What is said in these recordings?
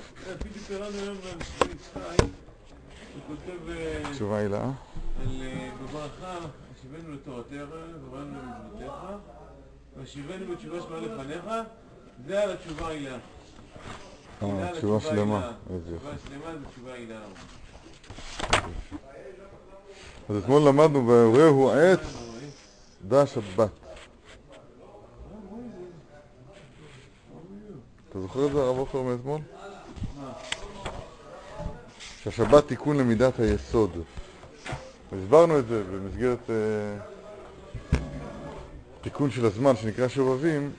בדיוק קראנו היום ביצחי, הוא כותב תשובה הילה בברכה, השיבנו לתורתך, ובראנו למצוותיך, והשיבנו בתשובה שלמה לפניך, זה על התשובה הילה. תשובה שלמה. תשובה שלמה זה תשובה הילה. אז אתמול למדנו והורהו עץ דע שבת. אתה זוכר את זה הרב אופר מאתמול? שהשבת תיקון למידת היסוד. הסברנו את זה במסגרת תיקון של הזמן שנקרא שובבים.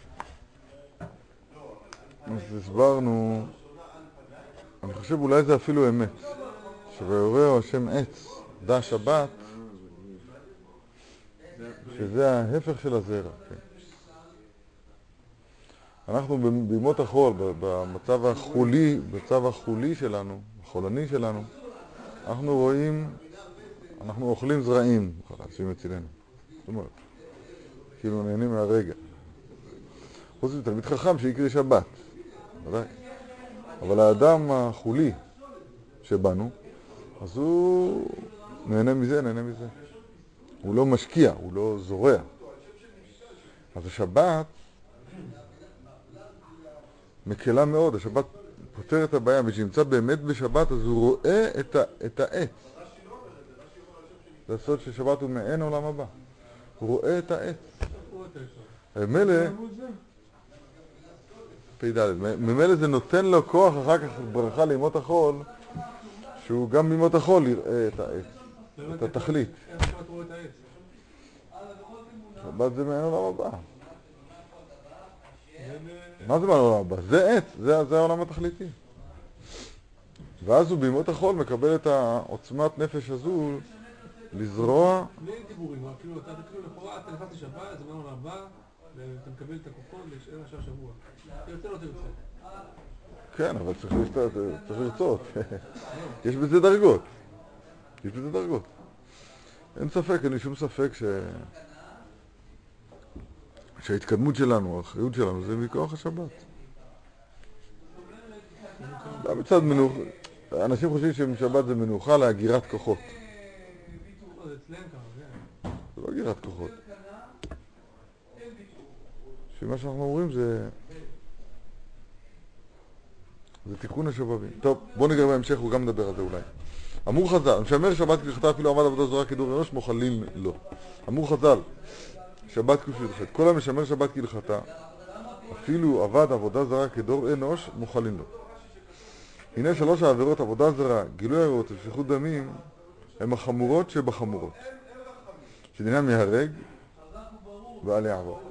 אז הסברנו, אני חושב אולי זה אפילו אמת, שבהורהו השם עץ דע שבת, שזה ההפך של הזרע. כן. אנחנו בימות החול, במצב החולי שלנו, החולני שלנו, אנחנו רואים, אנחנו אוכלים זרעים, השם יצילנו. זאת אומרת, כאילו נהנים מהרגע. חוץ מתלמיד חכם שיקרא שבת, ודאי. אבל האדם החולי שבנו, אז הוא נהנה מזה. הוא לא משקיע, הוא לא זורע. אז השבת מקלה מאוד, השבת פותר את הבעיה, ושנמצא באמת בשבת, אז הוא רואה את העץ. זה הסוד ששבת הוא מעין עולם הבא. הוא רואה את העץ. ממילא, ממילא זה נותן לו כוח אחר כך ברכה לימות החול, שהוא גם בימות החול יראה את העץ, את התכלית. שבת זה מעין עולם הבא. מה זה מעין עולם הבא? זה עץ, זה העולם התכליתי. ואז הוא בימות החול מקבל את העוצמת נפש הזו לזרוע. בלי דיבורים, כאילו אתה לכאורה, אתה נכנס לשבת, זה מעין עולם הבא, ואתה מקבל את הכוחון להישאר עכשיו שבוע. תרצה לא תרצה. כן, אבל צריך לרצות. יש בזה דרגות. אין ספק, אין לי שום ספק שההתקדמות שלנו, האחריות שלנו, זה מכוח השבת. לא מצד מנוחה. אנשים חושבים ששבת זה מנוחה להגירת כוחות. זה לא הגירת כוחות. שמה שאנחנו אומרים זה תיקון השובבים. טוב, בוא נגרר בהמשך, הוא גם מדבר על זה אולי. אמור חז"ל, משמר שבת כהלכתה אפילו עבד עבודה זרה כדור אנוש מוחלין לו. אמור חז"ל, שבת כהלכתה, כל המשמר שבת כהלכתה אפילו עבד עבודה זרה כדור אנוש מוחלין לו. הנה שלוש העבירות, עבודה זרה, גילוי עבירות ושפיכות דמים, הן החמורות שבחמורות, שדינן מהרג ואל יעבור.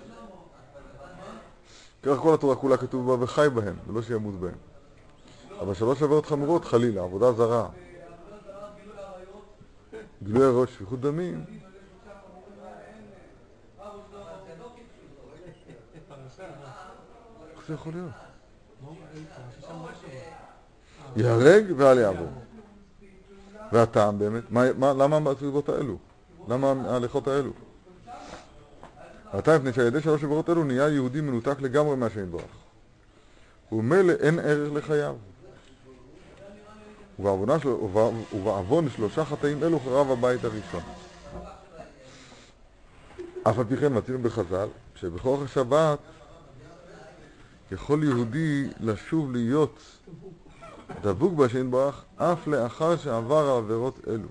כך כל התורה כולה כתוב בה וחי בהם, ולא שימות בהם. אבל שלוש עבירות חמורות חלילה, עבודה זרה, גילוי עבירות, שפיכות דמים. איך זה יכול להיות? יהרג ואל יעבור. והטעם באמת, למה המצוות האלו? למה ההלכות האלו? הטעם מפני שעל ידי שלוש עבירות אלו נהיה יהודי מנותק לגמרי מהשם יתברך. ומילא אין ערך לחייו. ובעוון שלושה חטאים אלו חרב הבית הראשון. אף על פי כן מצינו בחז"ל שבכוח השבת יכול יהודי לשוב להיות דבוק בהשם יתברך אף לאחר שעבר על עבירות אלו.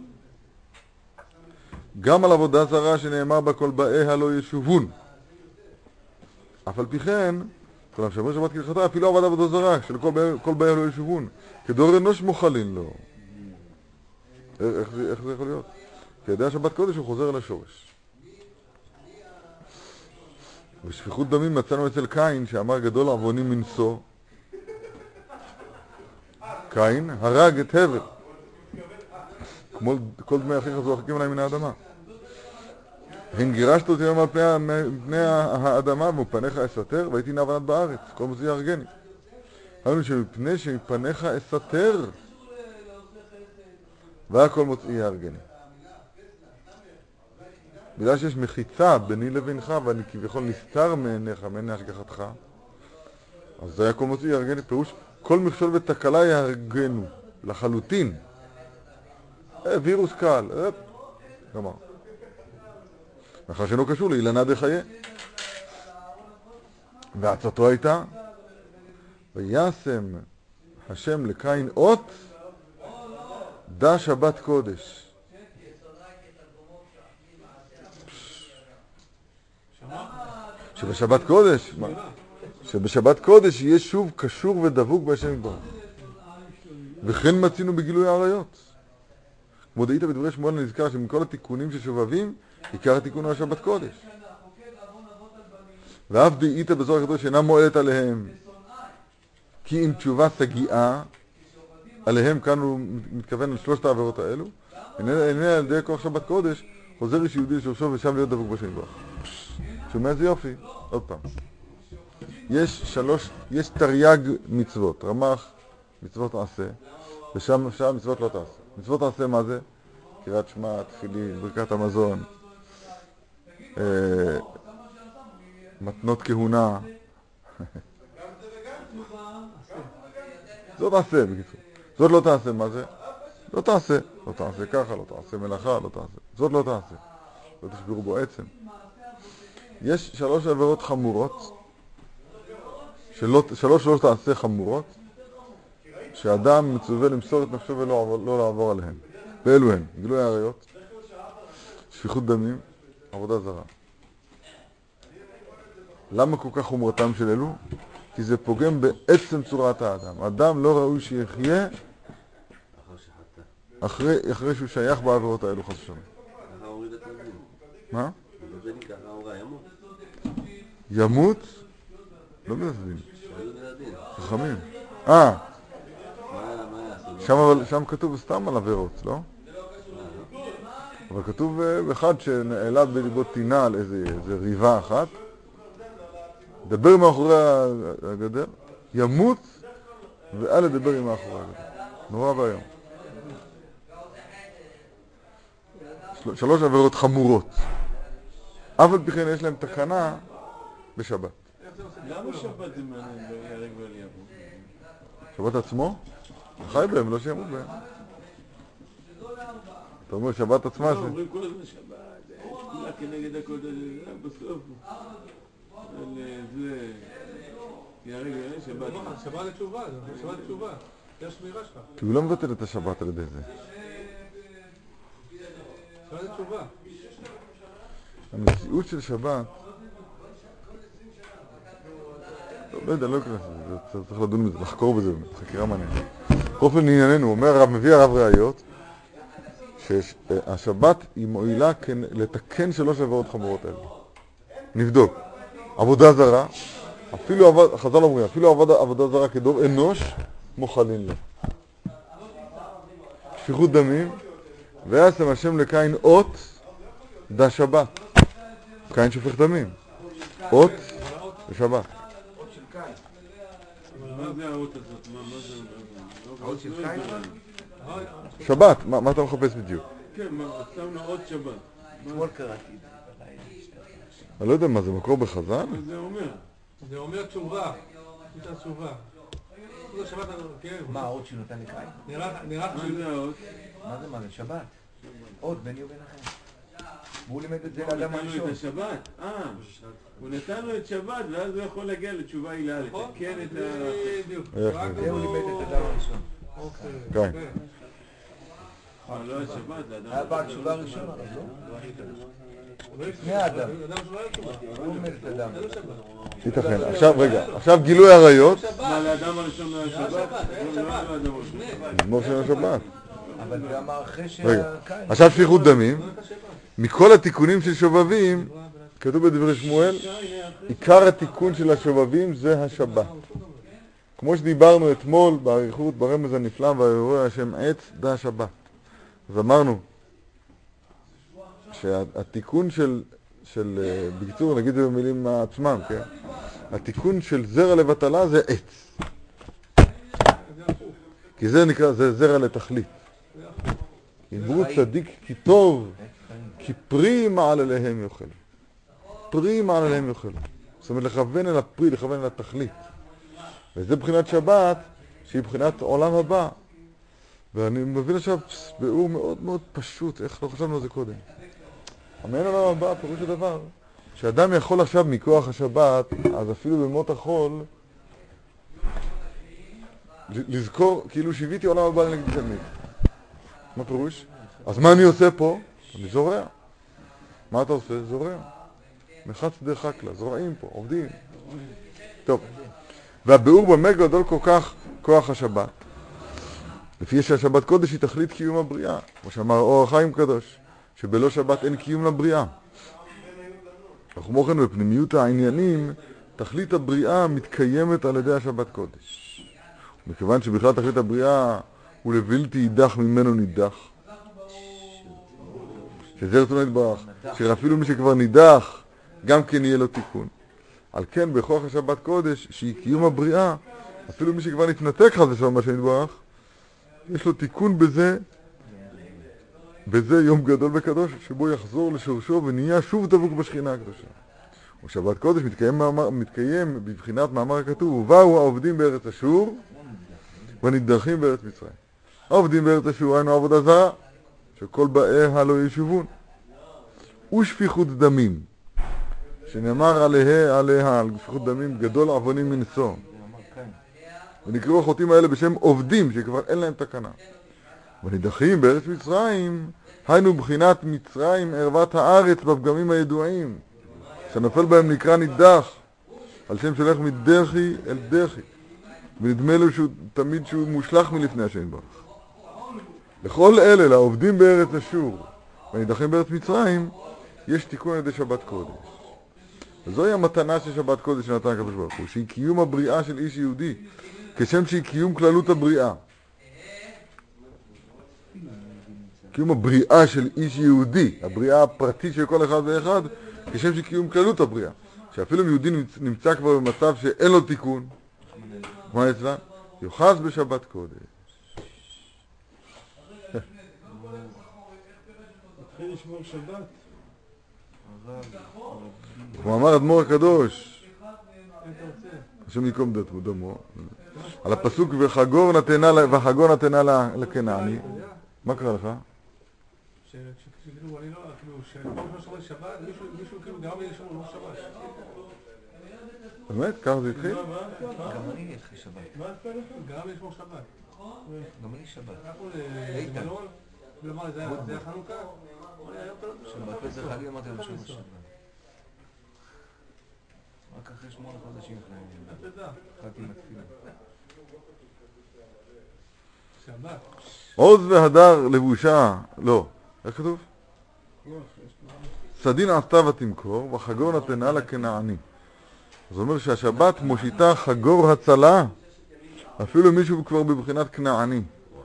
גם על עבודה זרה שנאמר בה כל באיה לא ישובון. אף על פי כן, כל המשמר שבת כהלכתה אפילו עבד עבודה זרה שכל באיה לא ישובון. כדור אנוש מוחלין לו. איך זה יכול להיות? כי ידי השבת קודש הוא חוזר לשורש. בשפיכות דמים מצאנו אצל קין שאמר גדול עווני מנשוא. קין הרג את הבל. כמו כל דמי אחיך זועקים עליי מן האדמה. הן גירשת אותי היום על פני האדמה ומפניך אסתר והייתי נאבנת בארץ. כל מוציא יהרגני. אמרנו שמפני שמפניך אסתר והכל מוציא יהרגני. בגלל שיש מחיצה ביני לבינך ואני כביכול נסתר מעיניך, מעיני השגחתך, אז זה היה כל מוציא יהרגני, פירוש כל מכשול ותקלה יהרגנו, לחלוטין. וירוס קל, גמר. מאחר שאינו קשור לאילנה דחיה. ועצתו הייתה, וישם השם לקין אות, דה שבת קודש. שבשבת קודש, שבשבת קודש יהיה שוב קשור ודבוק בהשם יתברך. וכן מצינו בגילוי העריות. כמו דאית בדברי שמואל נזכר שמכל התיקונים ששובבים, עיקר התיקון הוא השבת קודש. ואף דאית בזוהר הקדוש שאינה מועלת עליהם, כי אם תשובה סגיעה עליהם, כאן הוא מתכוון על שלושת העבירות האלו, הנה על ידי כוח שבת קודש, חוזר איש יהודי לשורשו ושם להיות דבוק בהשם יתברך. שומע איזה יופי? עוד פעם. יש תרי"ג מצוות, רמ"ח מצוות עשה, ושם מצוות לא תעשה. מצוות עשה מה זה? קריאת שמע, תפילין, ברכת המזון, מתנות כהונה. זאת עשה בקיצור. זאת לא תעשה, מה זה? לא תעשה. לא תעשה ככה, לא תעשה מלאכה, לא תעשה. זאת לא תעשה. לא תשברו בו עצם. יש 3 עבירות חמורות, שלוש לא תעשה חמורות, שאדם מצווה למסור את נפשו ולא לעבור עליהן. ואלו הן, גילוי העריות, שפיכות דמים, עבודה זרה. למה כל כך חומרתם של אלו? כי זה פוגם בעצם צורת האדם. אדם לא ראוי שיחיה אחרי שהוא שייך בעבירות האלו חס ושלום. מה? ימות? לא בדין. חכמים. שם כתוב סתם על עבירות, לא? אבל כתוב אחד שנעלד בליבו טינה על איזה ריבה אחת, דבר מאחורי הגדר, ימות ואל לדבר עם מאחורי הגדר. נורא והיום. 3 עבירות חמורות. אף על פי כן יש להם תקנה בשבת. למה שבת זה מעניין ביהרג ואל יעבור? שבת עצמו? חי בהם, לא שימות בהם. אתה אומר שבת עצמה זה... אומרים כל הזמן שבת, כולה כנגד הכל, בסוף. זה... יהרג ואל שבת. שבת לתשובה, שבת לתשובה. זה השמירה שלך. כי הוא לא מבטל את השבת על ידי זה. שבת לתשובה. המציאות של שבת... לא יודע, לא אכנס לזה, צריך לדון בזה, לחקור בזה, חקירה מעניינת. באופן לענייננו, הוא אומר, מביא הרב ראיות, שהשבת היא מועילה לתקן 3 עבירות חמורות האלה. נבדוק. עבודה זרה, חז"ל אומרים, אפילו עבודה זרה כדור אנוש, מוחלין לו. שפיכות דמים, וישם השם לקין אות דה שבת. קין שופך דמים. אות בשבת. מה זה האות הזאת? מה זה? האות של קין? שבת, מה אתה מחפש בדיוק? כן, שמנו עוד שבת. אתמול קראתי. אני לא יודע מה זה, מקור בחז"ל? מה זה אומר? זה אומר תשובה. זה תשובה. זה שבת, כן. מה האות שנותן לקין? נראה מה זה האות? מה זה? שבת. אות ביני וביניכם. והוא לימד את זה הוא לאדם נתן לו הראשון. את השבת? הוא נתן לו את שבת, ואז הוא יכול להגיע לתשובה הילה, לתקן את ה... בדיוק. זה הוא לימד את האדם הראשון. כן. לא השבת, זה אדם... היה בא התשובה הראשונה, לא? לפני האדם. הוא לימד את האדם. ייתכן. עכשיו, רגע, עכשיו גילוי עריות. מה, לאדם הראשון לא היה שבת? לא לאדם הראשון. מזמור של השבת. אבל זה אמר אחרי רגע, שהקין. עכשיו שפיכות דמים. מכל התיקונים של שובבים, כתוב בדברי שמואל, עיקר התיקון של השובבים זה השבת. כמו שדיברנו אתמול בעריכות ברמז הנפלא והאירוע השם עץ דה השבת. אז אמרנו שהתיקון של בקיצור, נגיד את זה במילים עצמם, כן? התיקון של זרע לבטלה זה עץ. כי זה נקרא, זה זרע לתכלית. עברו צדיק כי טוב, כי פרי מעלליהם יאכל. פרי מעלליהם יאכל. זאת אומרת, לכוון אל הפרי, לכוון אל התכלית. וזה בחינת שבת, שהיא בחינת עולם הבא. ואני מבין עכשיו ביאור מאוד מאוד פשוט, איך לא חשבנו על זה קודם. המעין עולם הבא, פירוש הדבר, שאדם יכול עכשיו מכוח השבת, אז אפילו במות החול, לזכור, כאילו שיוויתי עולם הבא לנגד תלמיד. מה פירוש? אז מה אני עושה פה? אני זורע. מה אתה עושה? זורע. מחץ דרך חקלה, זורעים פה, עובדים. טוב. והביאור במה גדול כל כך כוח השבת. לפי שהשבת קודש היא תכלית קיום הבריאה. כמו שאמר אור החיים קדוש, שבלא שבת אין קיום לבריאה. וכמו כן בפנימיות העניינים, תכלית הבריאה מתקיימת על ידי השבת קודש. מכיוון שבכלל תכלית הבריאה הוא לבלתי יידח ממנו נידח. שזה רצונו יתברך, שאפילו מי שכבר נידח, גם כן יהיה לו תיקון. על כן בכוח השבת קודש, שהיא קיום הבריאה, אפילו מי שכבר נתנתק חס ושלום מה שנתברך, יש לו תיקון בזה יום גדול וקדוש, שבו יחזור לשורשו ונהיה שוב דבוק בשכינה הקדושה. ושבת קודש מתקיים בבחינת מאמר הכתוב, ובאו העובדים בארץ אשור ונדרכים בארץ מצרים. העובדים בארץ אשור היינו עבודה זרה, שכל באיה לא ישובון. ושפיכות דמים, שנאמר עליה, על שפיכות דמים גדול עוונים מנשוא. ונקראו החוטאים האלה בשם עובדים, שכבר אין להם תקנה. ונידחים בארץ מצרים, היינו בחינת מצרים ערוות הארץ בפגמים הידועים, שנופל בהם נקרא נידח, על שם שהולך מדחי אל דחי, ונדמה לו תמיד שהוא מושלח מלפני השם יתברך. לכל אלה, לעובדים בארץ אשור ונידחים בארץ מצרים, יש תיקון על ידי שבת קודש. וזוהי המתנה של שבת קודש שנתן הקדוש ברוך הוא, שהיא קיום הבריאה של איש יהודי, כשם שהיא קיום כללות הבריאה. קיום הבריאה של איש יהודי, הבריאה הפרטית של כל אחד ואחד, כשם שהיא קיום כללות הבריאה. שאפילו יהודי נמצא כבר במצב שאין לו תיקון, מה אצלה? יוחס בשבת קודש. התחיל לשמור שבת. הוא אמר אדמו"ר הקדוש, השם יקום דמו, על הפסוק וחגור נתנה לקנעני. מה קרה לך? שכאילו אני לא, כאילו, שאני לא שומר שבת, מישהו כאילו גרם לי לשמור לא שבת. באמת? ככה זה התחיל? גם אני התחיל שבת. גרם לי לשמור שבת. גם אני שבת. איתן. ולמה, זה היה חנוכה? שבת פסח חגי אמרתי לו שבת. רק אחרי 8 חודשים חגי מתפילה. שבת. עוז והדר לבושה, לא, איך כתוב? סדין עשתה ותמכור וחגור נתנה לקנעני. זאת אומרת שהשבת מושיטה חגור הצלה, אפילו מישהו כבר בבחינת כנעני.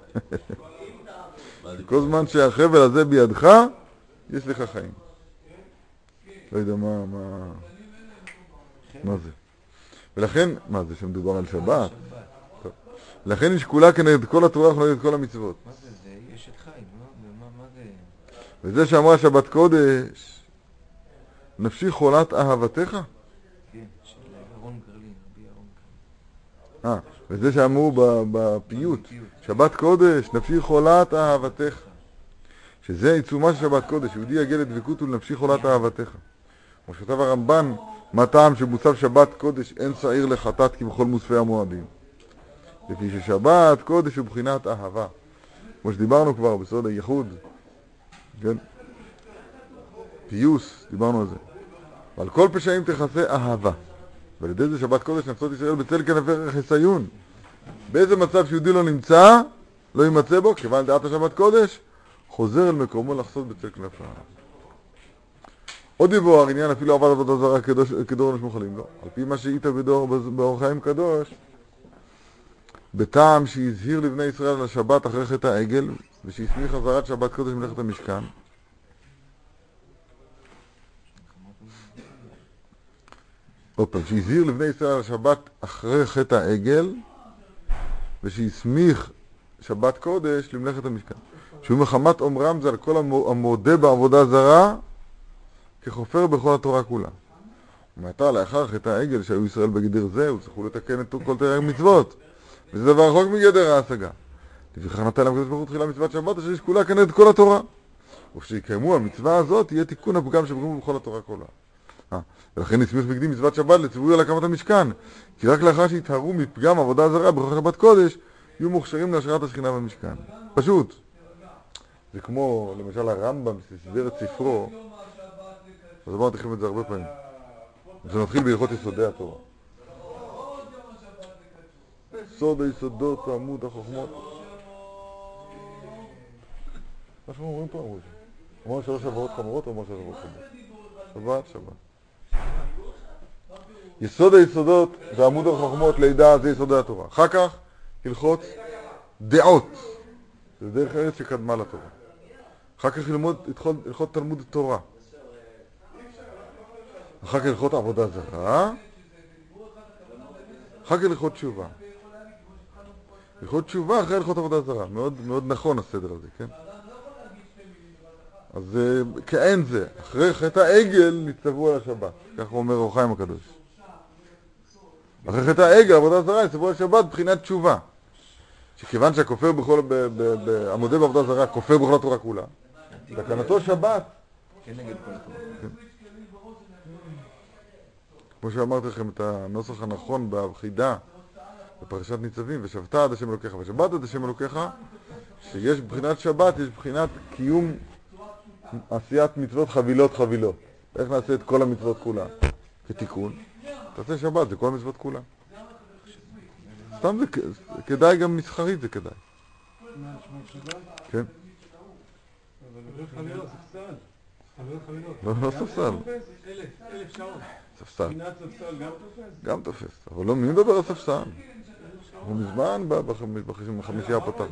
כל זמן שהחבל הזה בידך, יש לך חיים. לא יודע מה זה. ולכן, מה זה שמדובר על שבת? לכן היא שקולה כנגד כל התורה וכנגד כל המצוות. מה זה? זה יש את חיים, מה זה? וזה שאמרה שבת קודש, נפשי חולת אהבתך? כן, של אהרון גרלין, רבי אהרון גרלין. וזה שאמרו בפיוט, שבת קודש, נפשי חולת אהבתך. שזה עיצומה של שבת קודש, יהודי יגיע לדבקות ולנפשי חולת אהבתך. כמו שכתב הרמב"ן, מה טעם שמוצב שבת קודש אין שעיר לחטאת כבכל מוספי המועדים. לפי ששבת קודש הוא בחינת אהבה. כמו שדיברנו כבר בסוד הייחוד, כן? פיוס, דיברנו על זה. ועל כל פשעים תכסה אהבה. ועל ידי זה שבת קודש נפשות ישראל בצל כנפי חיסיון. באיזה מצב שיהודי לא נמצא, לא יימצא בו, כיוון דעת השבת קודש, חוזר אל מקומו לחסות בצל כנפיו. עוד יבואר עניין אפילו עבד עבודה זרה כדור נשמוחלים לו. על פי מה שהיית באור חיים קדוש, בטעם שהזהיר לבני ישראל על השבת אחרי חטא העגל, ושהסמיך חזרת שבת קודש מלאכת המשכן. עוד פעם, שהזהיר לבני ישראל על השבת אחרי חטא העגל, ושהסמיך שבת קודש למלאכת המשכן. שהוא מחמת אומרם זה על כל המודה בעבודה זרה, כחופר בכל התורה כולה. ומעתה לאחר חטא העגל שהיו ישראל בגדר זה, וצריכו לתקן את כל תרי"ג מצוות. וזה דבר רחוק מגדר ההשגה. לפיכך נתן להם הקדוש ברוך הוא תחילה מצוות שבת אשר שקולה כנגד כל התורה. וכשיקיימו המצווה הזאת, יהיה תיקון הפגם שפגמו בכל התורה כולה. ולכן הסמיך והקדים מצוות שבת לציווי על הקמת המשכן, כי רק לאחר שהתהרו מפגם עבודה זרה בכוח שבת קודש, יהיו מוכשרים להשראת השכינה במשכן. פשוט. זה כמו, למשל, הרמב"ם שסידר את ספרו, אז אמרתי לכם את זה הרבה פעמים. זה מתחיל בהלכות יסודי התורה. סוד היסודות, עמוד החוכמות. מה שאנחנו אומרים פה, אמרו זה. אמרו 3 עברות חמורות או אמרו 3 עברות חמורות? שבת. יסוד היסודות ועמוד החוכמות לידע זה יסודי התורה. אחר כך הלכות דעות. זה דרך ארץ שקדמה לתורה. אחר כך ללמוד הלכות תלמוד תורה. אחר כך הלכות עבודה זרה. אחר כך הלכות תשובה. הלכות תשובה אחרי הלכות עבודה זרה. מאוד, מאוד נכון הסדר הזה, כן? אז כאין זה. אחרי חטא העגל נצטוו על השבת. כך אומר אור החיים הקדוש. אחרי חטא העגל, עבודה זרה, נצטוו על השבת בחינת תשובה. שכיוון שהכופר המודה בעבודה זרה, כופר בכל התורה כולה. תקנתו שבת. כנגד כל התורה. כמו שאמרתי לכם את הנוסח הנכון בחידה, בפרשת ניצבים, ושבתה עד השם אלוקיך, ושבת עד השם אלוקיך, שיש בחינת שבת, יש בחינת קיום עשיית מצוות חבילות חבילות. איך נעשה את כל המצוות כולה? כתיקון. תעשה שבת, זה כל המצוות כולה. סתם זה כדאי, גם מסחרית זה כדאי. כן. לא ספסל. 1,000 שעות. ספסל. פינת ספסל גם תופס? גם תופס. אבל לא, מי מדבר על ספסל? הוא מזמן בחמישייה הפותחת.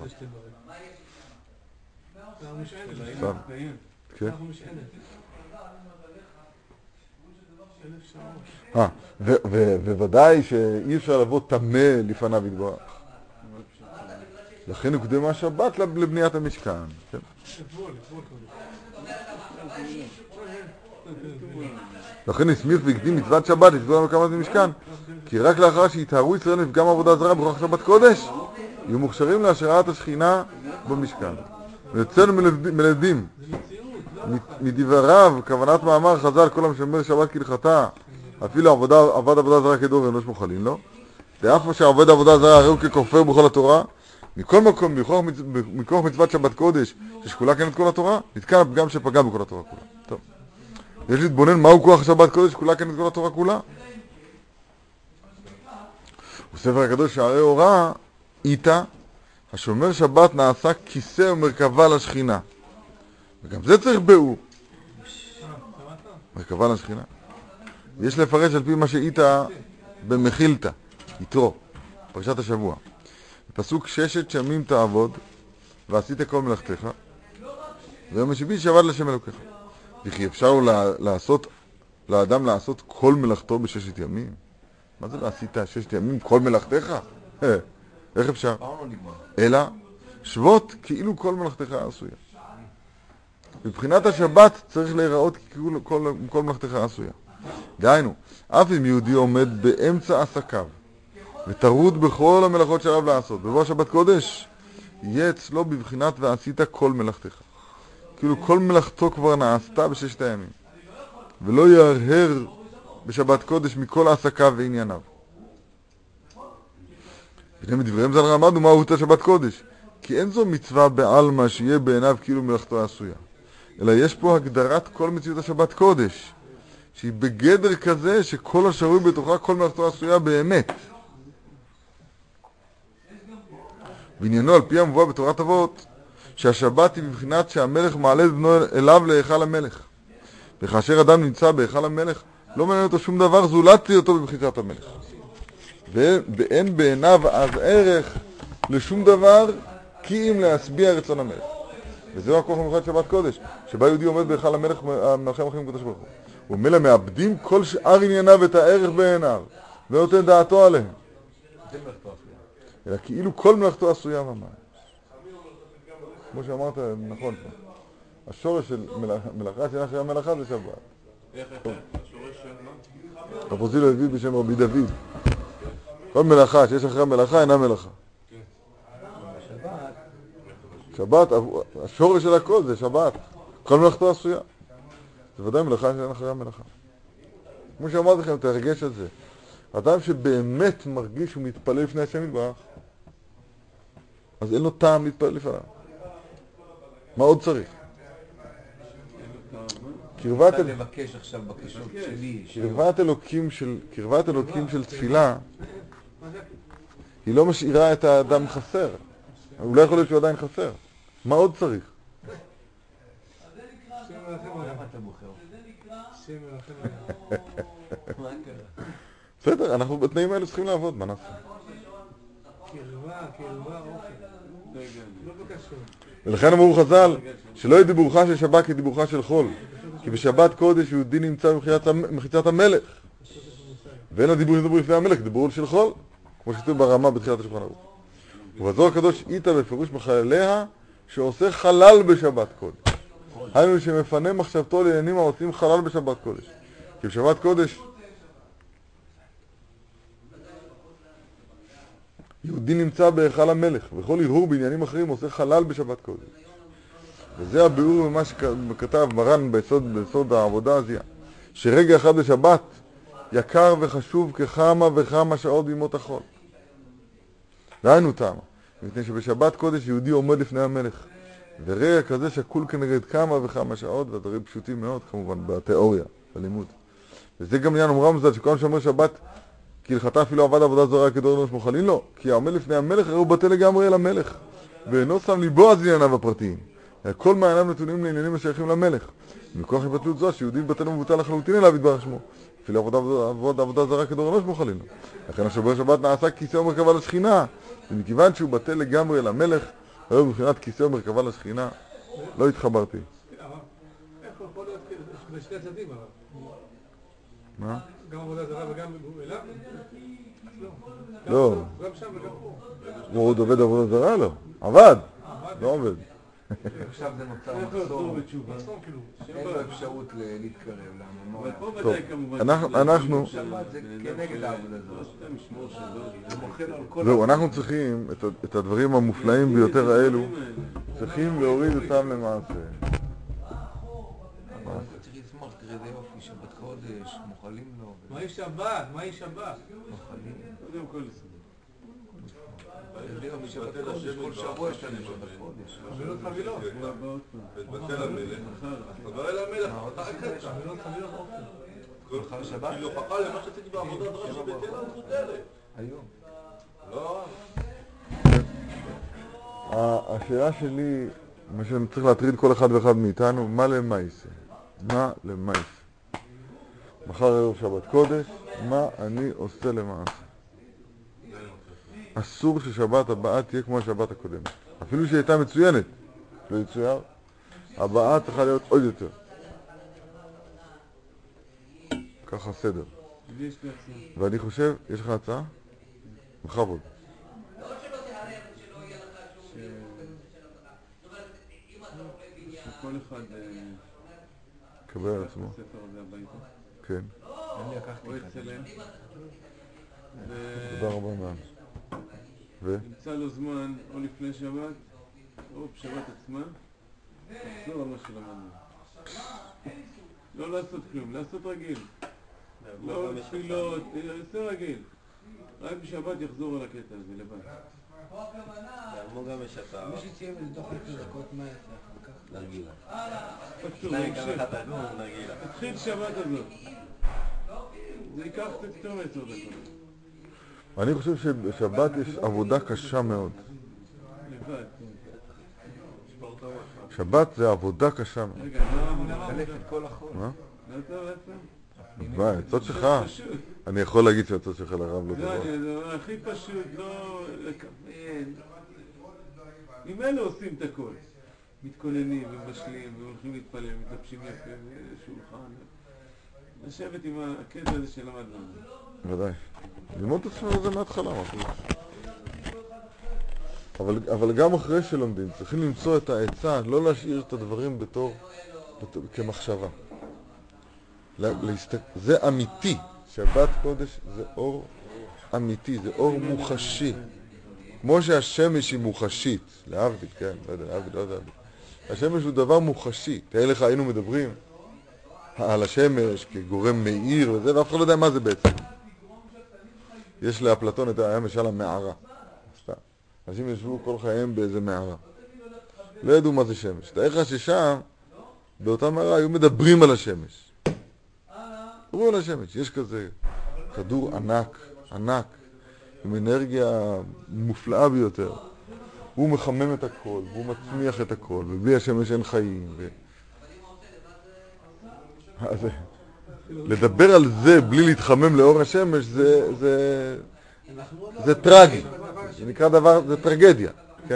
ספסל. כן. וודאי שאי אפשר לבוא תמה לפניו יתברך. לכן הוקדמה השבת לבניית המשכן. לכן הסמיך והקדים מצוות שבת לסגור על הקמת המשכן, כי רק לאחר שהתהרו ישראל מפגם עבודה זרה בכוח שבת קודש, יהיו מוכשרים להשראת השכינה במשכן. ויוצאנו מלדים מדבריו, כוונת מאמר חז"ל, כל המשמר שבת כהלכתה, אפילו עבד עבודה זרה כדור ואינו שמו חלין לו, ואף מה שעבד עבודה זרה הרי הוא ככופר בכל התורה. מכל מקום, מכוח מצוות שבת קודש ששקולה כנגד כל התורה, נתקן הפגם שפגם בכל התורה כולה. טוב. יש להתבונן מהו כוח שבת קודש ששקולה כנגד כל התורה כולה. בספר הקדוש שערי אורה, איתה, השומר שבת נעשה כיסא ומרכבה לשכינה. וגם זה צריך באור. מרכבה לשכינה. יש לפרש על פי מה שאיתה במחילתא, יתרו, פרשת השבוע. פסוק 6 ימים תעבוד, ועשית כל מלאכתך, ויום השביעי שעבד להשם אלוקיך. וכי אפשר לעשות, לאדם לעשות כל מלאכתו ב6 ימים? מה זה לעשית 6 ימים כל מלאכתך? איך אפשר? אלא שבות כאילו כל מלאכתך עשויה. מבחינת השבת צריך להיראות כאילו כל מלאכתך עשויה. דהיינו, אף אם יהודי עומד באמצע עסקיו, וטרוד בכל המלאכות שעליו לעשות, בבוא שבת קודש, יהיה אצלו בבחינת ועשית כל מלאכתך. כאילו כל מלאכתו כבר נעשתה ב6 הימים. ולא ירהר בשבת קודש מכל עסקיו וענייניו. הנה מדבריהם ז"ל למדנו מהו אותה שבת קודש. כי אין זו מצווה בעלמא שיהיה בעיניו כאילו מלאכתו עשויה. אלא יש פה הגדרת כל מציאות השבת קודש, שהיא בגדר כזה שכל השרוי בתוכה כל מלאכתו עשויה באמת. ועניינו על פי המבואה בתורת אבות, שהשבת היא בבחינת שהמלך מעלה את בנו אליו להיכל המלך. וכאשר אדם נמצא בהיכל המלך, לא מעניין אותו שום דבר זולת אותו בבחינת המלך. ואין בעיניו אז ערך לשום דבר כי אם להשביע רצון המלך. וזהו הכוח המיוחד שבת קודש, שבה יהודי עומד בהיכל המלך מלכי המלכים הקדוש ברוך הוא. ומילא מאבדים כל שאר ענייניו את הערך בעיניו, ונותן דעתו עליהם. אלא כאילו כל מלאכתו עשויה ממש. כמו שאמרת, נכון. השורש של מלאכה שאינה שווה מלאכה זה שבת. איך השורש? בשם מה? רב פוזיל הביא בשם רבי דוד. כל מלאכה שיש אחרי המלאכה אינה מלאכה. שבת, השורש של הכל זה שבת. כל מלאכתו עשויה. זה ודאי מלאכה שאין אחרי המלאכה. כמו שאמרתי לכם, תרגש על זה. אדם שבאמת מרגיש ומתפלל לפני השם יתברך, אז אין לו טעם להתפלל לפניו. מה עוד צריך? קרבת לבקש עכשיו בקשות שלי. קרבת אלוקים של תפילה היא לא משאירה את האדם חסר. הוא לא יכול להיות שהוא עדיין חסר. מה עוד צריך? בסדר, אנחנו בתנאים האלו צריכים לעבוד, מה נעשה? קרבה, אוקיי. לא בקשור. ולכן אמרו חז"ל, שלא יהיה דיבורך של שבת כדיבורך של חול. כי בשבת קודש יהודי נמצא במחיצת המלך. ואין הדיבור שדיבור לפני המלך, דיבור של חול. כמו שכתוב ברמה בתחילת השולחן ערוך. ובזוהר הקדוש איתה בפירוש מחלליה שעושה חלל בשבת קודש. היינו שמפנה מחשבתו לעניינים העושים חלל בשבת קודש. כי בשבת קודש יהודי נמצא בהיכל המלך, וכל הרהור בעניינים אחרים עושה חלל בשבת קודש. וזה הביאור ממה שכתב מרן ביסוד העבודה הזיה, שרגע אחד בשבת יקר וחשוב ככמה וכמה שעות בימות החול. דהיינו טעם, מפני שבשבת קודש יהודי עומד לפני המלך, ורגע כזה שקול כנגד כמה וכמה שעות, והדברים פשוטים מאוד כמובן בתיאוריה, בלימוד. וזה גם עניין אומרם ז"ל, שכל שאומר שבת כהלכתה אפילו עבד עבודה זרה כדור אנוש מוכלין לו, כי העומד לפני המלך הרי הוא בטל לגמרי אל המלך, ואינו שם ליבו אז לענייניו הפרטיים. כל מעייניו נתונים לעניינים השייכים למלך. מכוח התבטלות זו שיהודי בטל ומבוטל לחלוטין אליו יתברך שמו, אפילו עבודה זרה כדור אנוש מוכלין לו. לכן השבוע שבת נעשה כיסא ומרכבה לשכינה, ומכיוון שהוא בטל לגמרי אל המלך, הרי מבחינת כיסא ומרכבה לשכינה, לא התחברתי. איך יכול להיות בשני הצדדים? מה? גם עבודה זרה וגם אליו? לא. גם שם וגם פה. הוא עוד עובד עבודה זרה? לא. עבד. לא עובד. עכשיו זה נוצר מחסום. אין לו אפשרות להתקרב אבל פה ודאי כמובן. אנחנו... שבת זה כנגד העבודה הזאת. זה מוכן על כל... זהו, אנחנו צריכים את הדברים המופלאים ביותר האלו, צריכים להוריד אותם למעשה. צריך לשמוח, תראה זה יופי, שבת קודש, מוכלים לו. מהי שבת? מוכלים. קודם כל זה יופי, שבת קודש, כל שבוע יש לנו שבת קודש. חבילות. בטל המלך, חבר אל המלך, מחר שבת? כאילו הוכחה למה שעשיתי בעבודה זרה שבטל המבוטלת. היום. לא. השאלה שלי, מה שצריך להטריד כל אחד ואחד מאיתנו, מה למעשה? מה למעשה? מחר ערב שבת קודש, מה אני עושה למעשה? אסור ששבת הבאה תהיה כמו השבת הקודמת. אפילו שהיא הייתה מצוינת, לא יצויר, הבאה צריכה להיות עוד יותר. ככה סדר. ואני חושב, יש לך הצעה? בכבוד. שכל אחד קבל על עצמו. ספר הזה הביתה. כן. אני לקחתי או לך. אצלם. תודה רבה מעם. נמצא לו זמן או לפני שבת או בשבת עצמה לחזור על מה שלמדנו. לא לעשות כלום, לעשות רגיל. לא תפילות, לעשות רגיל. רק בשבת יחזור על הקטע הזה לבד. כמו גם משפר. מי שצייב לדוח 10 דקות מה יצא? נרגילה. פשוט, תתחיל שבת הזאת. זה ייקח קצת 10 דקות. אני חושב שבשבת יש עבודה קשה מאוד. לבד. שבת זה עבודה קשה מאוד. רגע, מה? חלק את כל החול. מה? לא טוב, איפה? מה, העצות שלך? אני יכול להגיד שהעצות שלך לרב לא טובה. זה הכי פשוט, לא לקבל. עם אלה עושים את הכל. מתכוננים ומשלים והולכים להתפלל, מתלבשים יפה בשולחן. לשבת עם הקטע הזה שלמדנו. ודאי. ללמוד את עצמנו זה מההתחלה, אבל גם אחרי שלומדים צריכים למצוא את העצה, לא להשאיר את הדברים בתור כמחשבה. זה אמיתי. שבת קודש זה אור אמיתי, זה אור מוחשי. כמו שהשמש היא מוחשית, להבדיל, כן, לא יודע, להבדיל, לא יודע. השמש הוא דבר מוחשי. תראה לך, היינו מדברים על השמש כגורם מאיר וזה, ואף אחד לא יודע מה זה בעצם. יש לאפלטון את המשל המערה. אנשים ישבו כל חייהם באיזה מערה. לא ידעו מה זה שמש. תראה לך ששם, באותה מערה, היו מדברים על השמש. מדברים על השמש. יש כזה כדור ענק, ענק, עם אנרגיה מופלאה ביותר. הוא מחמם את הכל, והוא מצמיח את הכל, ובלי השמש אין חיים. לדבר על זה בלי להתחמם לאור השמש זה טרגי. זה נקרא דבר, זה טרגדיה, כן?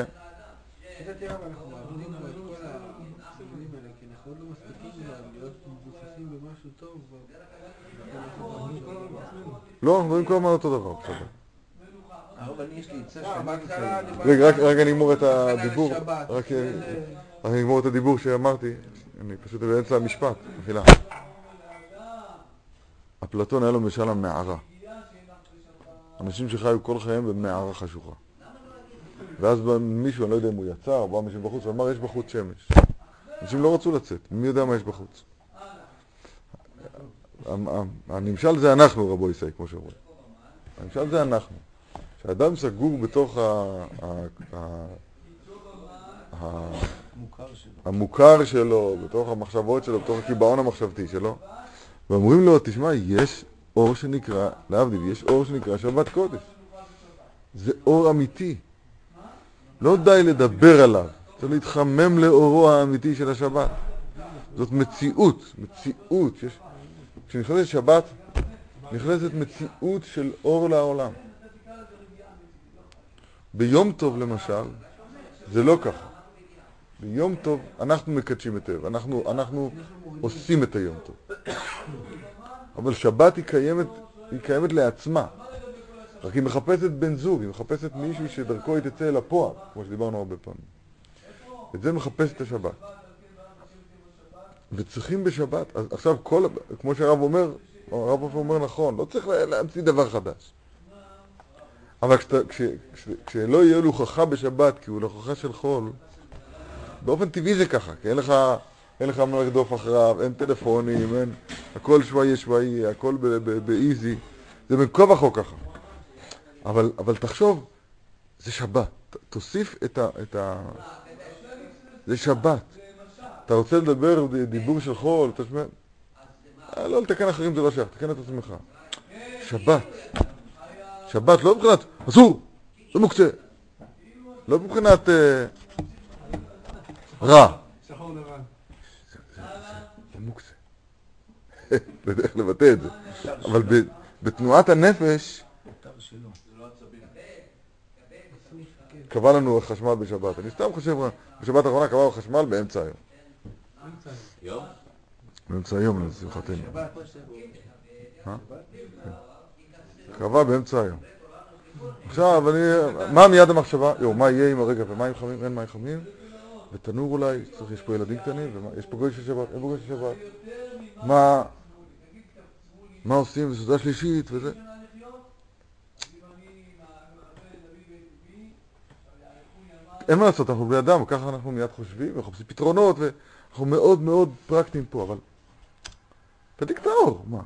לא, אנחנו רואים כל הזמן אותו דבר, בסדר. רגע, רק אני אגמור את הדיבור, רק אני אגמור את הדיבור שאמרתי, אני פשוט באמצע המשפט, מחילה. אפלטון היה לו משל המערה. אנשים שחיו כל חייהם במערה חשוכה. ואז בא מישהו, אני לא יודע אם הוא יצא, או בא מישהו בחוץ, ואמר, יש בחוץ שמש. אנשים לא רצו לצאת, מי יודע מה יש בחוץ? הנמשל זה אנחנו, רבו ישראל, כמו שאומרים. הנמשל זה אנחנו. כשאדם סגור בתוך המוכר שלו, בתוך המחשבות שלו, בתוך הקיבעון המחשבתי שלו, ואומרים לו, תשמע, יש אור שנקרא, להבדיל, יש אור שנקרא שבת קודש. זה אור אמיתי. לא די לדבר עליו, צריך להתחמם לאורו האמיתי של השבת. זאת מציאות, מציאות. כשנכנסת שבת, נכנסת מציאות של אור לעולם. ביום טוב למשל, זה לא ככה. ביום טוב אנחנו מקדשים את טוב, אנחנו עושים את היום טוב. אבל שבת היא קיימת לעצמה. רק היא מחפשת בן זוג, היא מחפשת מישהו שדרכו היא תצא אל הפועל, כמו שדיברנו הרבה פעמים. את זה מחפשת השבת. וצריכים בשבת, אז עכשיו כמו שהרב אומר, הרב אומר נכון, לא צריך להמציא דבר חדש. אבל כשלא יהיה לו הוכחה בשבת, כי הוא הוכחה של חול, באופן טבעי זה ככה, כי אין לך מה לרדוף אחריו, אין טלפונים, אין, הכל שוואי, הכל באיזי, זה בין כה וכה ככה. אבל תחשוב, זה שבת, תוסיף זה שבת. אתה רוצה לדבר דיבור של חול, תשמע, לא לתקן אחרים זה לא שייך, תקן את עצמך. שבת לא מבחינת, אסור, זה מוקצה. לא מבחינת רע. שחור לבן. זה מוקצה. בדרך לבטא את זה. אבל בתנועת הנפש, קבע לנו חשמל בשבת. אני סתם חושב, בשבת האחרונה קבע חשמל באמצע היום. באמצע היום, לשמחתנו. קבע באמצע היום. עכשיו, מה מיד המחשבה? מה יהיה עם הרגע ומים חמים? אין מים חמים. ותנור אולי, יש פה ילדים קטנים, יש פה גוי של שבת, אין פה גוי של שבת. מה עושים בסעודה שלישית וזה? אין מה לעשות, אנחנו בני אדם, וככה אנחנו מיד חושבים, וחופשים פתרונות, ואנחנו מאוד מאוד פרקטיים פה, אבל תדיק את האור, מה?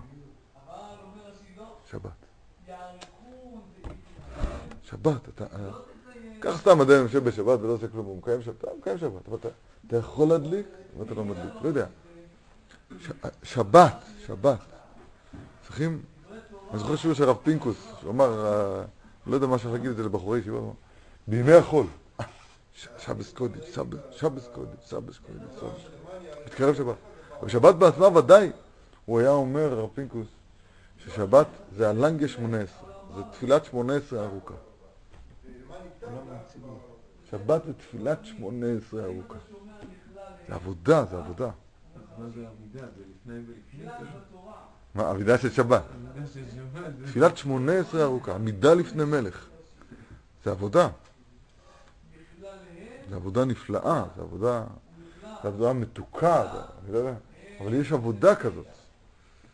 שבת, אתה כך סתם אדם יושב בשבת ולא עושה כלום, הוא מקיים שבת, אבל אתה יכול להדליק, ואתה לא מדליק, לא יודע. שבת. צריכים, אני זוכר שהוא של הרב פינקוס, שהוא אמר, לא יודע מה שאני אגיד את זה לבחורי ישיבה, בימי החול. שבס קודש, מתקרב שבת. בשבת בעצמה ודאי, הוא היה אומר, הרב פינקוס, ששבת זה הלנגה 18, זה תפילת 18 ארוכה. שבת זה תפילת 18 ארוכה. זה עבודה. מה זה עבידה? זה לפני ולפני? מה, עבידה של שבת? תפילת 18 ארוכה, עמידה לפני מלך. זה עבודה. זה עבודה נפלאה, זה עבודה מתוקה, אני לא יודע, אבל יש עבודה כזאת.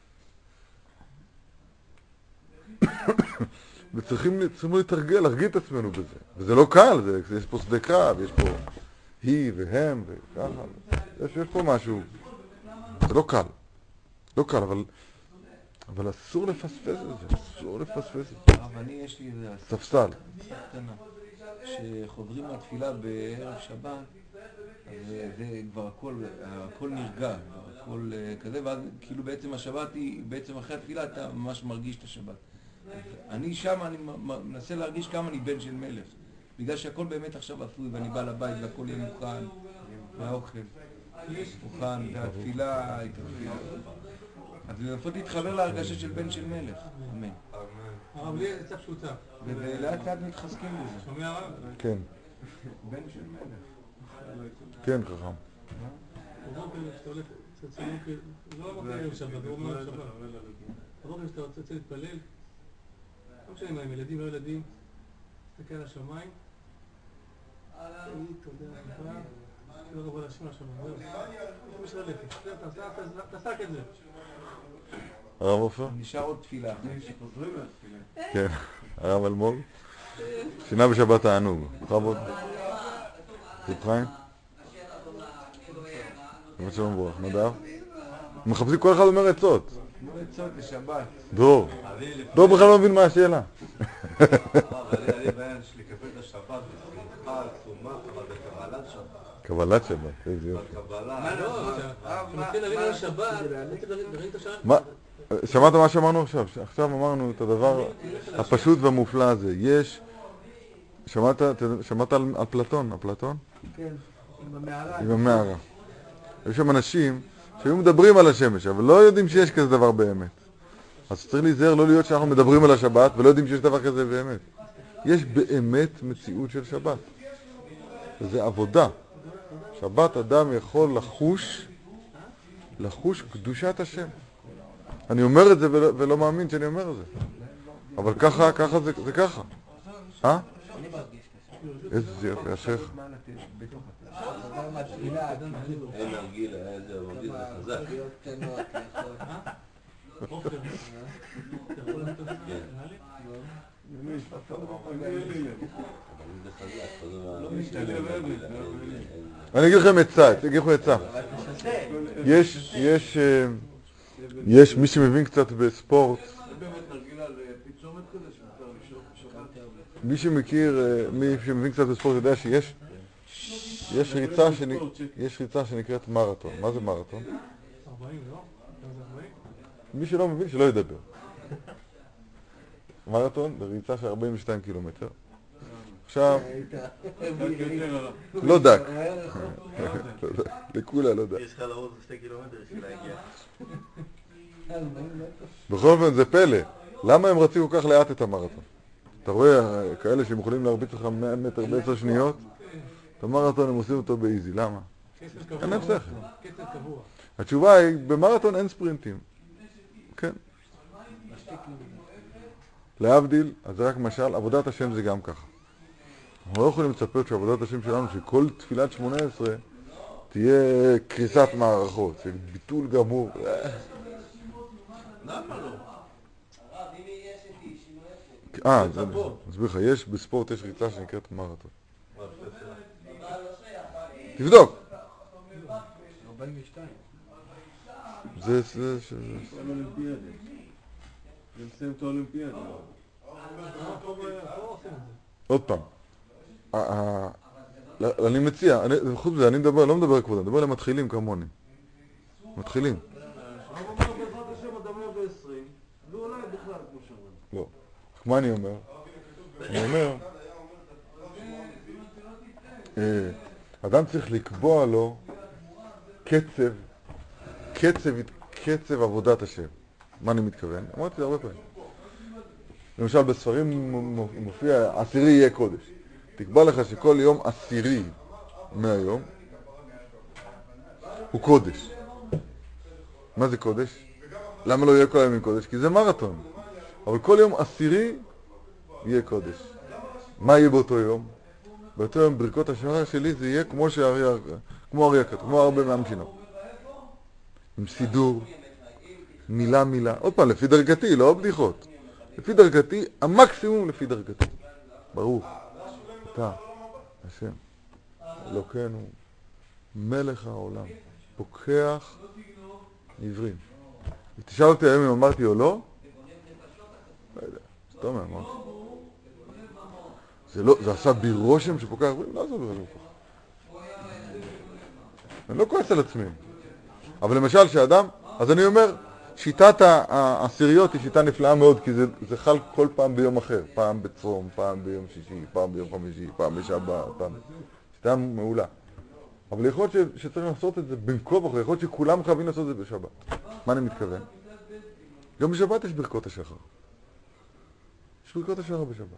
וצריכים להתרגל, להרגיל את עצמנו בזה. וזה לא קל, יש פה שדה קרב, יש פה היא והם וככה. יש פה משהו. זה לא קל. לא קל, אבל אסור לפספס את זה. אסור לפספס את זה. אבל אני יש לי איזה ספסל. קטנה. שחוזרים מהתפילה בערב שבת, אז זה כבר הכל נרגע, הכל כזה, ואז כאילו בעצם השבת היא, בעצם אחרי התפילה אתה ממש מרגיש את השבת. אני שם, אני מנסה להרגיש כמה אני בן של מלך, בגלל שהכל באמת עכשיו עשוי, ואני בא לבית והכל יהיה מוכן, והאוכל מוכן, והתפילה הייתה תפילה. אז לנסות להתחבר להרגשה של בן של מלך, אמן. הרב לי עצה פשוטה. ולאט לאט מתחזקים בזה. שומע הרב? כן. בן של מלך. כן, חכם. לא אמרתי ערב שבת, הוא אומר שבת. הבוקר שאתה רוצה להתפלל, לא משנה מה, עם ילדים, לא ילדים, תסתכל על השמיים, תגיד תודה רבה, תודה רבה לשם השמיים, זהו. זה משל הלכת, תעשה רק את זה. הרב עופר? נשאר עוד תפילה. כן, הרב אלמוג. שינה בשבת הענוג. בכבוד. זיו חיים? שבת שלום וברוך. נדב? מחפשים, כל אחד אומר עצות. לא עצות לשבת. דרור. דרור בכלל לא מבין מה השאלה. אבל אני בעניין שלי לקבל את השבת בשמחה עצומה, אבל בקבלת שבת. קבלת שבת, איזה יופי. בקבלה. אתה מתחיל להבין על השבת, אתה להבין את השבת. מה? שמעת מה שאמרנו עכשיו? עכשיו אמרנו את הדבר הפשוט והמופלא הזה. יש... שמעת על אפלטון? אפלטון? כן, עם המערה. עם המערה. יש שם אנשים שהיו מדברים על השמש, אבל לא יודעים שיש כזה דבר באמת. אז צריך להיזהר לא להיות שאנחנו מדברים על השבת ולא יודעים שיש דבר כזה באמת. יש באמת מציאות של שבת. וזה עבודה. שבת אדם יכול לחוש קדושת השם. אני אומר את זה ולא מאמין שאני אומר את זה. אבל ככה זה ככה. אה? איזה יפה, השייך. אין נרגילה, איזה מרגיל זה חזק. אני אגיד לכם עצה, יש מי שמבין קצת בספורט, מי שמבין קצת בספורט יודע יש ריצה שנקראת מרתון. מה זה מרתון? 40, לא? מי שלא מבין שלא ידבר. מרתון זה ריצה של 42 קילומטר. עכשיו, לא דק. לכולה לא דק. יש לך לראות 2 קילומטר בשביל להגיע. בכל אופן זה פלא. למה הם רצו כל כך לאט את המרתון? אתה רואה כאלה שהם יכולים להרביץ לך 100 מטר ב10 שניות? את המרתון הם עושים אותו באיזי. למה? אין להם שכל. התשובה היא, במרתון אין ספרינטים. כן. להבדיל, אז זה רק משל, עבודת השם זה גם ככה. אנחנו לא יכולים לצפות שעבודת השם שלנו, שכל תפילת 18 תהיה קריסת מערכות, של ביטול גמור. למה לא? אסביר לך, בספורט יש ריצה שנקראת מרתון. תבדוק. 42. זה... אולימפיאדה. זה מסיים את האולימפיאדה. עוד פעם. אני מציע, חוץ מזה, אני לא מדבר כבוד, אני מדבר למתחילים כמוני. מתחילים. אבל בעזרת השם אדם לא ב-20, ואולי בכלל כמו שאומרים. לא. מה אני אומר? אני אומר, אדם צריך לקבוע לו קצב עבודת השם. מה אני מתכוון? אמרתי זה הרבה פעמים. למשל בספרים מופיע 10 יהיה קודש. תקבע לך שכל יום 10 מהיום הוא קודש. מה זה קודש? למה לא יהיה כל הימים קודש? כי זה מרתון. אבל כל יום 10 יהיה קודש. מה יהיה באותו יום? באותו יום ברכות השחר שלי זה יהיה כמו אריה כתוב, כמו הרבה מהמשינות. עם סידור, מילה. עוד פעם, לפי דרגתי, לא בדיחות. לפי דרגתי, המקסימום לפי דרגתי. ברוך, אתה, השם, אלוקינו, מלך העולם, פוקח עברים. תשאל אותי היום אם אמרתי או לא? לא יודע, סתם אמרתי. זה עשה בי רושם שפוקח עברים? לא עשה בי רושם פוקח. אני לא כועס על עצמי. אבל למשל שאדם, אז אני אומר, שיטת העשיריות היא שיטה נפלאה מאוד, כי זה חל כל פעם ביום אחר. פעם בצום, פעם ביום שישי, פעם ביום חמישי, פעם בשבת, פעם... שיטה מעולה. אבל יכול להיות שצריך לעשות את זה בין כה וכה, יכול להיות שכולם חייבים לעשות את זה בשבת. מה אני מתכוון? גם בשבת יש ברכות השחר. יש ברכות השחר בשבת.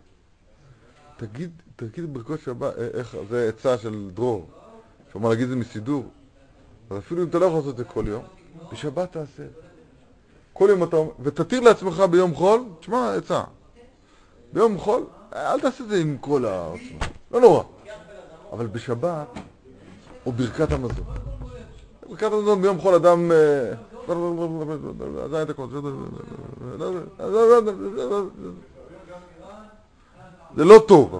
תגיד ברכות שבת, איך, זה עצה של דרור, שאומר להגיד את זה מסידור. אז אפילו אם אתה לא יכול לעשות את זה כל יום, בשבת תעשה. כל יום אתה אומר, ותתיר לעצמך ביום חול, תשמע, עצה. ביום חול, אל תעשה את זה עם כל העצמה. לא נורא. אבל בשבת, או ברכת המזון. ברכת המזון ביום חול אדם... זה לא טוב,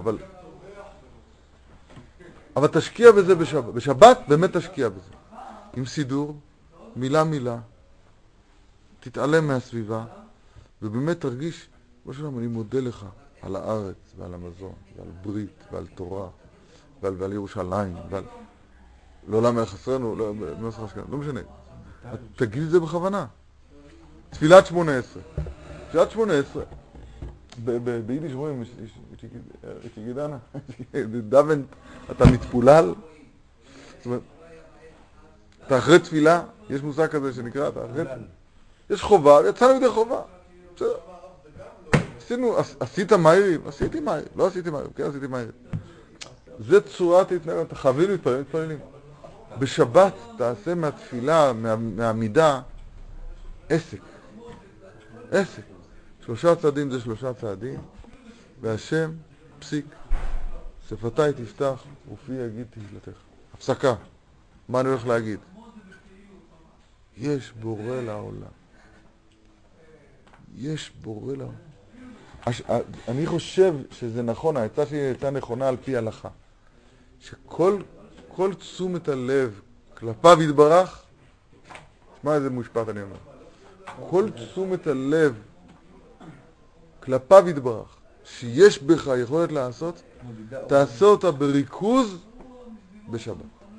אבל תשקיע בזה בשבת. בשבת באמת תשקיע בזה. עם סידור, מילה מילה, תתעלם מהסביבה, ובאמת תרגיש, בוא שלום, אני מודה לך על הארץ ועל המזון, ועל ברית ועל תורה, ועל ירושלים, ועל... לא למה חסרנו, לא משנה. תגיד את זה בכוונה. תפילת 18. תפילת 18. ביידיש רואים, תגידנה, דוון, אתה מתפולל. זאת אומרת, אתה אחרי תפילה, יש מושג כזה שנקרא, אתה אחרי תפילה. יש חובה, יצאנו ידי חובה. בסדר. עשית מהירים? עשיתי מהירים. לא עשיתי מהירים, כן עשיתי מהירים. זה צורת התנהגות, אתה חייבים מתפללים. בשבת תעשה מהתפילה, מהעמידה, עסק. עסק. 3 צעדים זה 3 צעדים, והשם, פסיק, שפתיי תפתח ופי יגיד תהילתך. הפסקה. מה אני הולך להגיד? יש בורא לעולם. יש בורא לעולם. אני חושב שזה נכון, העצה שלי הייתה נכונה על פי הלכה. שכל תשומת הלב כלפיו יתברך, תשמע איזה מושפט אני אומר, כל תשומת הלב כלפיו יתברך, שיש בך יכולת לעשות, תעשה אותה בריכוז בשבת.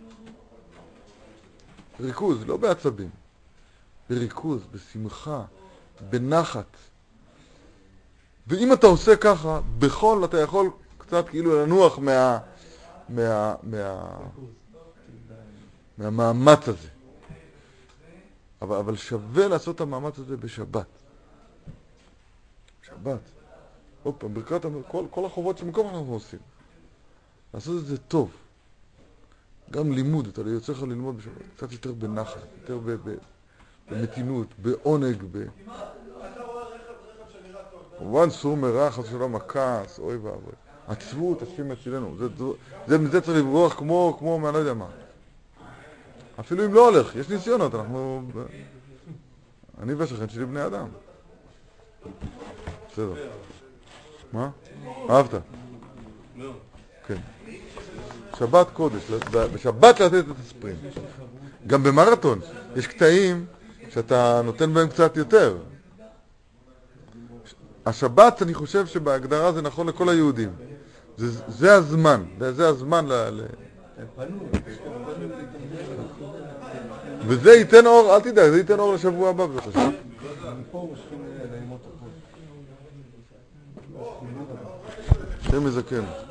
ריכוז, לא בעצבים, בריכוז, בשמחה, בנחת. ואם אתה עושה ככה, בכל אתה יכול קצת כאילו לנוח מהמאמץ הזה. אבל שווה לעשות את המאמץ הזה בשבת. שבת. עוד פעם, ברכת כל החובות שמקום אנחנו עושים. לעשות את זה טוב. גם לימוד, אתה יוצא לך ללמוד בשבת. קצת יותר בנחת, יותר במתינות, בעונג, כמובן סור מרע, חס ושלום, הכעס, אוי ואבוי. עצבות, השם יצילנו. זה צריך לברוח כמו מה לא יודע מה. אפילו אם לא הולך, יש ניסיונות, אני והשכן שלי בני אדם. בסדר. מה? אהבת? לא. כן. שבת קודש, בשבת לתת את הספרינט. גם במרתון, יש קטעים שאתה נותן בהם קצת יותר. השבת, אני חושב שבהגדרה זה נכון לכל היהודים. זה הזמן, זה הזמן וזה ייתן אור, אל תדאג, זה ייתן אור לשבוע הבא בבקשה. שם מזכן.